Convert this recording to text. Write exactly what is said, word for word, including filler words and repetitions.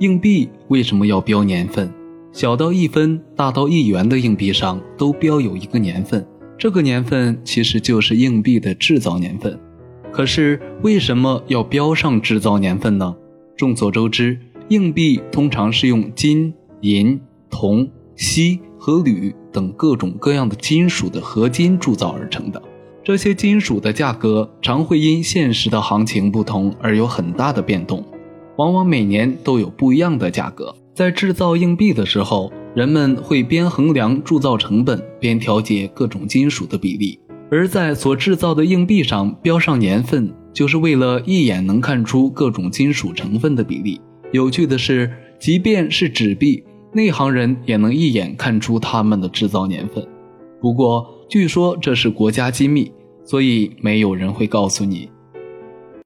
硬币为什么要标年份？小到一分，大到一元的硬币上都标有一个年份，这个年份其实就是硬币的制造年份。可是为什么要标上制造年份呢？众所周知，硬币通常是用金、银、铜、锡和铝等各种各样的金属的合金铸造而成的。这些金属的价格常会因现实的行情不同而有很大的变动，往往每年都有不一样的价格。在制造硬币的时候，人们会边衡量铸造成本，边调节各种金属的比例。而在所制造的硬币上标上年份，就是为了一眼能看出各种金属成分的比例。有趣的是，即便是纸币，内行人也能一眼看出它们的制造年份。不过据说这是国家机密，所以没有人会告诉你。